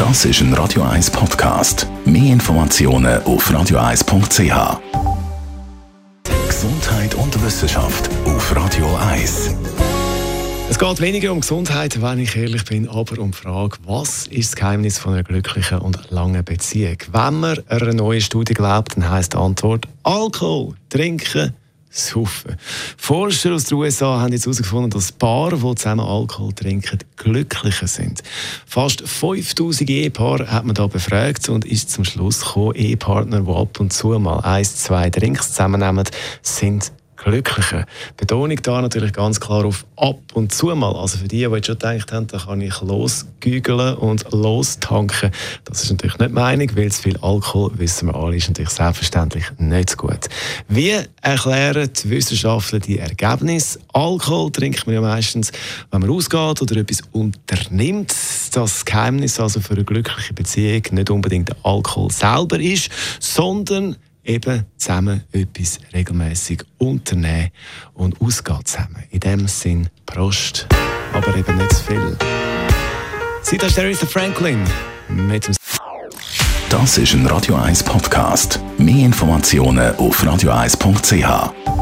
Das ist ein Radio 1 Podcast. Mehr Informationen auf radio1.ch. Gesundheit und Wissenschaft auf Radio 1. Es geht weniger um Gesundheit, wenn ich ehrlich bin, aber um die Frage, was ist das Geheimnis von einer glücklichen und langen Beziehung? Wenn man einer neuen Studie glaubt, dann heisst die Antwort Alkohol, Trinken, Saufen. Forscher aus den USA haben jetzt herausgefunden, dass Paare, die zusammen Alkohol trinken, glücklicher sind. Fast 5000 Ehepaare hat man da befragt und ist zum Schluss gekommen, Ehepartner, die ab und zu mal 1-2 Drinks zusammennehmen, sind glücklicher. Betonung da natürlich ganz klar auf ab und zu mal. Also für die jetzt schon gedacht haben, da kann ich losgügeln und lostanken. Das ist natürlich nicht die Meinung, weil zu viel Alkohol, wissen wir alle, ist natürlich selbstverständlich nicht so gut. Wie erklären die Wissenschaftler die Ergebnisse? Alkohol trinkt man ja meistens, wenn man ausgeht oder etwas unternimmt. Das Geheimnis also für eine glückliche Beziehung nicht unbedingt der Alkohol selber ist, sondern eben zusammen etwas regelmäßig unternehmen und ausgehen zusammen. In dem Sinn Prost, aber eben nicht zu viel. Sieht das Aretha Franklin mit dem... Das ist ein Radio 1 Podcast. Mehr Informationen auf radio1.ch.